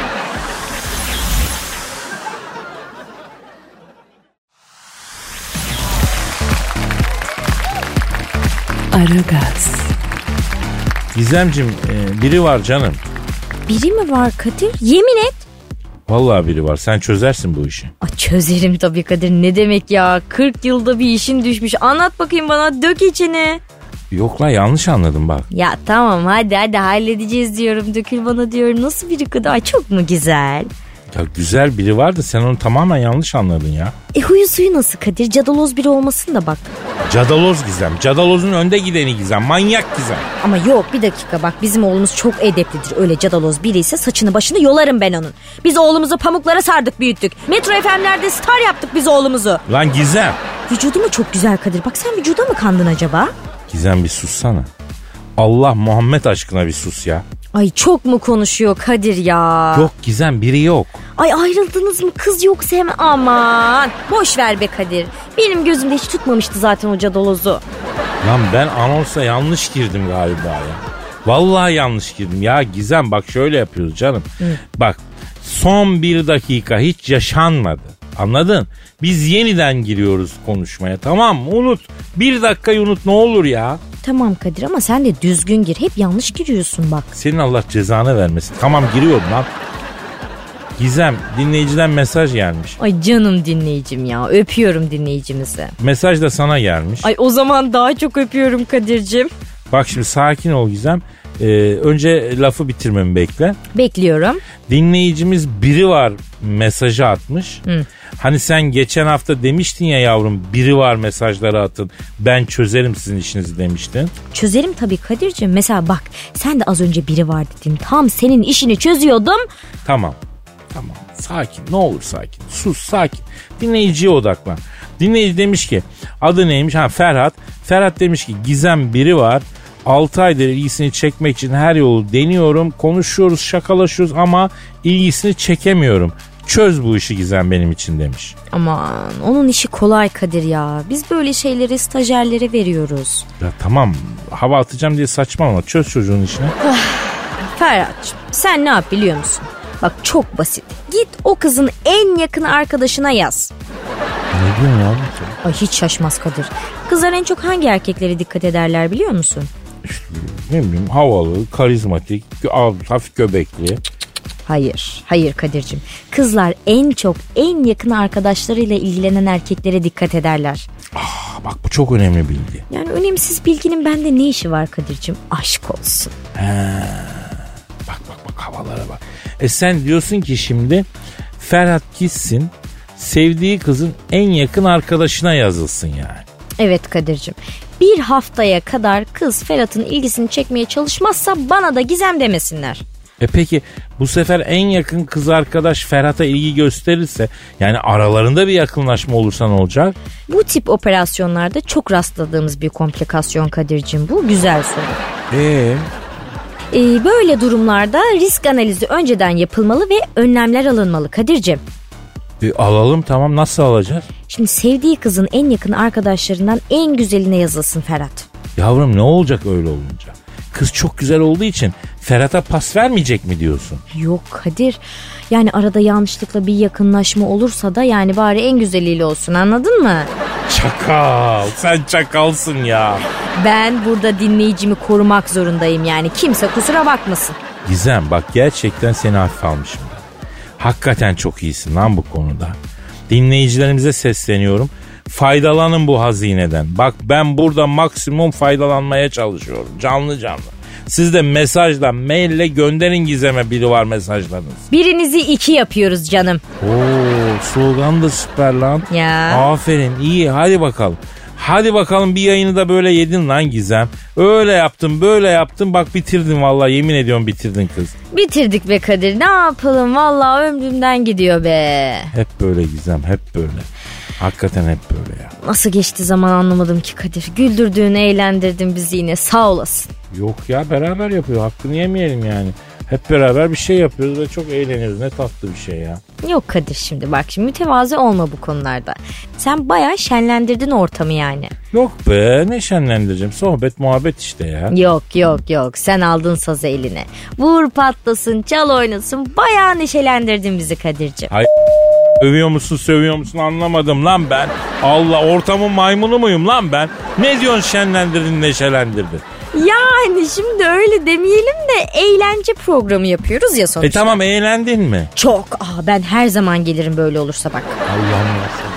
Aragaz. Gizemciğim biri var canım. Biri mi var Kadir? Yemin et. Vallahi biri var. Sen çözersin bu işi. Çözerim tabii Kadir. Ne demek ya? 40 yılda bir işin düşmüş. Anlat bakayım bana. Dök içini. Yok lan yanlış anladım bak. Ya tamam hadi halledeceğiz diyorum. Dökül bana diyorum. Nasıl biri kadar? Çok mu güzel? Ya güzel biri var da sen onu tamamen yanlış anladın ya. Huyu suyu nasıl Kadir? Cadaloz biri olmasın da bak. Cadaloz Gizem. Cadalozun önde gideni Gizem. Manyak Gizem. Ama yok bir dakika bak bizim oğlumuz çok edeplidir. Öyle cadaloz biri ise saçını başını yolarım ben onun. Biz oğlumuzu pamuklara sardık büyüttük. Metro FM'lerde star yaptık biz oğlumuzu. Lan Gizem. Vücudu mu çok güzel Kadir? Bak sen vücuda mı kandın acaba? Gizem bir sussana. Allah Muhammed aşkına bir sus ya. Ay çok mu konuşuyor Kadir ya? Yok Gizem biri yok. Ay ayrıldınız mı kız yoksa hemen aman. Boş ver be Kadir. Benim gözümde hiç tutmamıştı zaten o cadalozu. Lan ben anonsa yanlış girdim galiba ya. Vallahi yanlış girdim. Ya Gizem bak şöyle yapıyoruz canım. Bak son bir dakika hiç yaşanmadı. Anladın? Biz yeniden giriyoruz konuşmaya tamam mı? Unut. Bir dakikayı unut ne olur ya. Tamam Kadir ama sen de düzgün gir. Hep yanlış giriyorsun bak. Senin Allah cezanı vermesin. Tamam giriyorum lan. Gizem dinleyiciden mesaj gelmiş. Ay canım dinleyicim ya. Öpüyorum dinleyicimizi. Mesaj da sana gelmiş. Ay o zaman daha çok öpüyorum Kadir'cim. Bak şimdi sakin ol Gizem. Önce lafı bitirmemi bekle. Bekliyorum. Dinleyicimiz biri var mesajı atmış. Hani sen geçen hafta demiştin ya yavrum biri var mesajları atın. Ben çözerim sizin işinizi demiştin. Çözerim tabii Kadir'cim. Mesela bak sen de az önce biri var dedin. Tam senin işini çözüyordum. Tamam. Sakin, ne olur sakin. Sus, sakin. Dinleyiciye odaklan. Dinleyici demiş ki, adı neymiş? Ferhat. Ferhat demiş ki Gizem biri var. 6 aydır ilgisini çekmek için her yolu deniyorum. Konuşuyoruz, şakalaşıyoruz ama ilgisini çekemiyorum. Çöz bu işi Gizem benim için demiş. Aman onun işi kolay Kadir ya. Biz böyle şeyleri stajyerlere veriyoruz. Ya tamam, hava atacağım diye saçmalama. Çöz çocuğun işini. Ferhat'cığım sen ne yap biliyor musun? Bak çok basit. Git o kızın en yakın arkadaşına yaz. Ne diyorsun ya? Ay hiç şaşmaz Kadir. Kızlar en çok hangi erkeklere dikkat ederler biliyor musun? İşte, ne bileyim, havalı, karizmatik, hafif göbekli. Hayır Kadir'cim. Kızlar en çok en yakın arkadaşlarıyla ilgilenen erkeklere dikkat ederler. Bak bu çok önemli bilgi. Yani önemsiz bilginin bende ne işi var Kadir'cim? Aşk olsun. Bak havalara bak. Sen diyorsun ki şimdi Ferhat gitsin, sevdiği kızın en yakın arkadaşına yazılsın yani. Evet Kadir'cim. Bir haftaya kadar kız Ferhat'ın ilgisini çekmeye çalışmazsa bana da Gizem demesinler. Peki bu sefer en yakın kız arkadaş Ferhat'a ilgi gösterirse, yani aralarında bir yakınlaşma olursa ne olacak? Bu tip operasyonlarda çok rastladığımız bir komplikasyon Kadir'cim, bu güzel soru. Böyle durumlarda risk analizi önceden yapılmalı ve önlemler alınmalı Kadir'cim. Alalım, tamam, nasıl alacağız? Şimdi sevdiği kızın en yakın arkadaşlarından en güzeline yazılsın Ferhat. Yavrum ne olacak öyle olunca? Kız çok güzel olduğu için Ferhat'a pas vermeyecek mi diyorsun? Yok Kadir. Yani arada yanlışlıkla bir yakınlaşma olursa da yani bari en güzeliyle olsun, anladın mı? Çakal, sen çakalsın ya. Ben burada dinleyicimi korumak zorundayım yani. Kimse kusura bakmasın. Gizem bak, gerçekten seni hafife almışım. Hakikaten çok iyisin lan bu konuda. Dinleyicilerimize sesleniyorum. Faydalanın bu hazineden. Bak ben burada maksimum faydalanmaya çalışıyorum. Canlı canlı. Siz de mesajla, maille gönderin Gizem'e, biri var mesajlarınız. Birinizi 2 yapıyoruz canım. Slogan da süper lan. Ya. Aferin, iyi, hadi bakalım. Hadi bakalım, bir yayını da böyle yedin lan Gizem. Öyle yaptın, böyle yaptın, bak bitirdin vallahi, yemin ediyorum bitirdin kız. Bitirdik be Kadir, ne yapalım, vallahi ömrümden gidiyor be. Hep böyle Gizem, hep böyle. Hakikaten hep böyle ya. Nasıl geçti zaman anlamadım ki Kadir. Güldürdün, eğlendirdin bizi yine, sağ olasın. Yok ya, beraber yapıyor, hakkını yemeyelim yani. Hep beraber bir şey yapıyoruz ve çok eğleniyoruz. Ne tatlı bir şey ya. Yok Kadir, şimdi bak, şimdi mütevazı olma bu konularda. Sen bayağı şenlendirdin ortamı yani. Yok be, ne şenlendireceğim, sohbet muhabbet işte ya. Yok sen aldın sazı eline. Vur patlasın, çal oynasın, bayağı neşelendirdin bizi Kadir'ciğim. Ay, övüyor musun sövüyor musun anlamadım lan ben. Allah, ortamın maymunu muyum lan ben? Ne diyorsun şenlendirdin neşelendirdin? Yani şimdi öyle demeyelim de eğlence programı yapıyoruz ya sonuçta. Tamam, eğlendin mi? Çok. Ben her zaman gelirim böyle olursa bak. Allah'ım ya.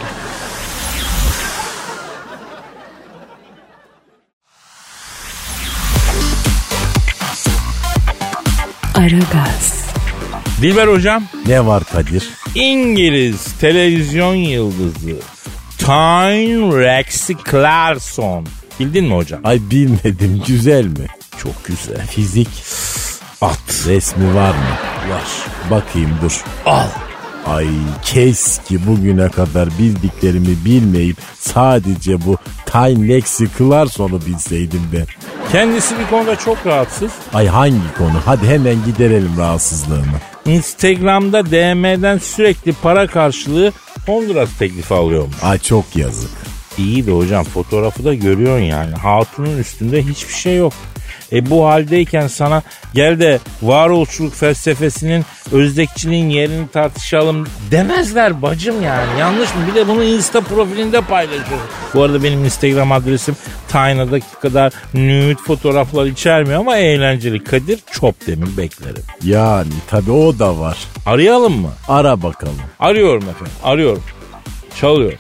Aragaz. Dilber hocam. Ne var Kadir? İngiliz televizyon yıldızı Tyne Rex Clarkson. Bildin mi hocam? Ay bilmedim, güzel mi? Çok güzel. Fizik. At. Resmi var mı? Var. Bakayım dur. Al. Ay keşke bugüne kadar bildiklerimi bilmeyip sadece bu Tyne Lexi Clarkson'u bilseydim ben. Kendisi bir konuda çok rahatsız. Ay hangi konu? Hadi hemen giderelim rahatsızlığını. Instagram'da DM'den sürekli para karşılığı Honduras teklifi alıyormuş. Ay çok yazık. İyi de hocam, fotoğrafı da görüyorsun yani. Hatunun üstünde hiçbir şey yok. Bu haldeyken sana gel de varoluşçuluk felsefesinin, özdekçiliğin yerini tartışalım demezler bacım yani. Yanlış mı? Bir de bunu Insta profilinde paylaşıyorsun. Bu arada benim Instagram adresim Tyne'daki kadar nude fotoğraflar içermiyor ama eğlenceli. Kadir Çopdemir beklerim. Yani tabii o da var. Arayalım mı? Ara bakalım. Arıyorum efendim. Arıyorum. Çalıyor.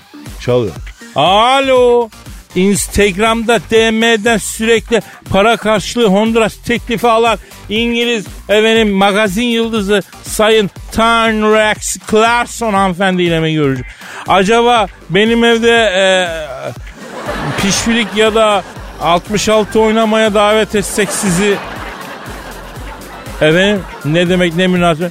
Alo. Instagram'da DM'den sürekli para karşılığı Honduras teklifi alan İngiliz magazin yıldızı Sayın Tyne Rex Clarkson hanımefendiyle mi görüşeceğim? Acaba benim evde pişfilik ya da 66 oynamaya davet etsek sizi? Efendim, ne demek, ne münasebet?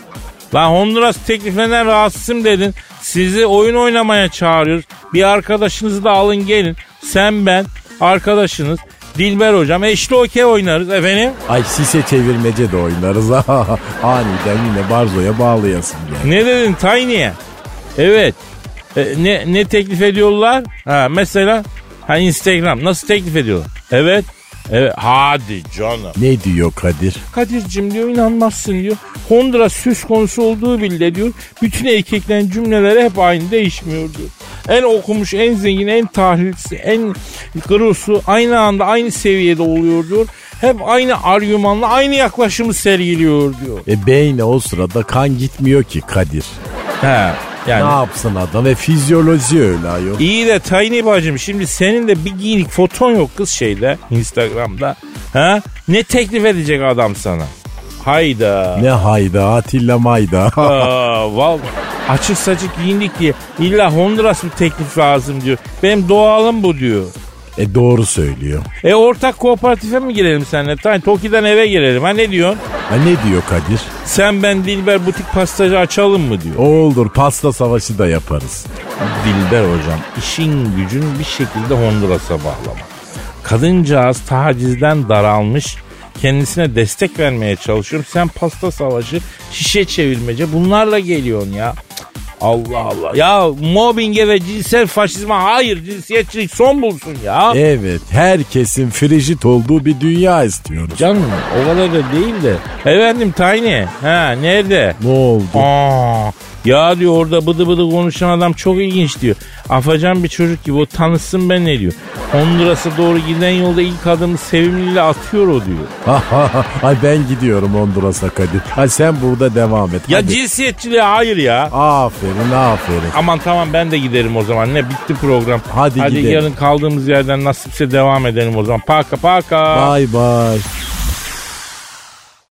Lan Honduras tekliflerinden rahatsızım dedin. Sizi oyun oynamaya çağırıyoruz. Bir arkadaşınızı da alın gelin. Sen, ben, arkadaşınız Dilber hocam eşli okey oynarız efendim. Ay şişe çevirmece de oynarız. Aniden yine barzoya bağlayasın yani. Ne dedin Tiny'ye? Evet. Ne teklif ediyorlar? Ha mesela Instagram nasıl teklif ediyorlar? Evet. Evet hadi canım. Ne diyor Kadir? Kadir'cim diyor inanmazsın diyor. Honduras söz konusu olduğu bile diyor. Bütün erkeklerin cümleleri hep aynı değişmiyor diyor. En okumuş, en zengin, en tahlilsi, en kırısı aynı anda aynı seviyede oluyor diyor. Hep aynı argümanla aynı yaklaşımı sergiliyor diyor. Beyne o sırada kan gitmiyor ki Kadir. He. Yani, ne yapsın adam ve fizyoloji öyle ayol. İyi de Tiny bacım şimdi senin de bir giyinik foton yok kız şeyde Instagram'da. Ha? Ne teklif edecek adam sana? Hayda. Ne hayda Atilla mayda. Vallahi açık saçık giyindik diye illa Honduras bir teklif lazım diyor. Benim doğalım bu diyor. Doğru söylüyor. Ortak kooperatife mi girelim seninle? Tiny Toki'den eve girelim. Ha ne diyorsun? Ha ne diyor Kadir? Sen ben Dilber butik pastacı açalım mı diyor. Olur pasta savaşı da yaparız. Dilber hocam işin gücün bir şekilde Honduras'a bağlamak. Kadıncağız tacizden daralmış kendisine destek vermeye çalışıyorum. Sen pasta savaşı şişe çevirmece bunlarla geliyorsun ya. Allah Allah. Ya mobbinge ve cinsel faşizme hayır cinsiyetçilik son bulsun ya. Evet herkesin frigid olduğu bir dünya istiyoruz. Canım o kadar da değil de. Efendim Tiny. Ha nerede? Ne oldu? Ya diyor orada bıdı bıdı konuşan adam çok ilginç diyor. Afacan bir çocuk gibi o tanışsın ben ne diyor. Honduras'a doğru giden yolda ilk adımı sevimliyle atıyor o diyor. Ay ben gidiyorum Honduras'a Kadir. Ay sen burada devam et. Ya hadi. cinsiyetçiliğe hayır ya. Aferin. Aman tamam ben de giderim o zaman. Ne bitti program. Hadi gidelim. Yarın kaldığımız yerden nasipse devam edelim o zaman. Paka. Bye.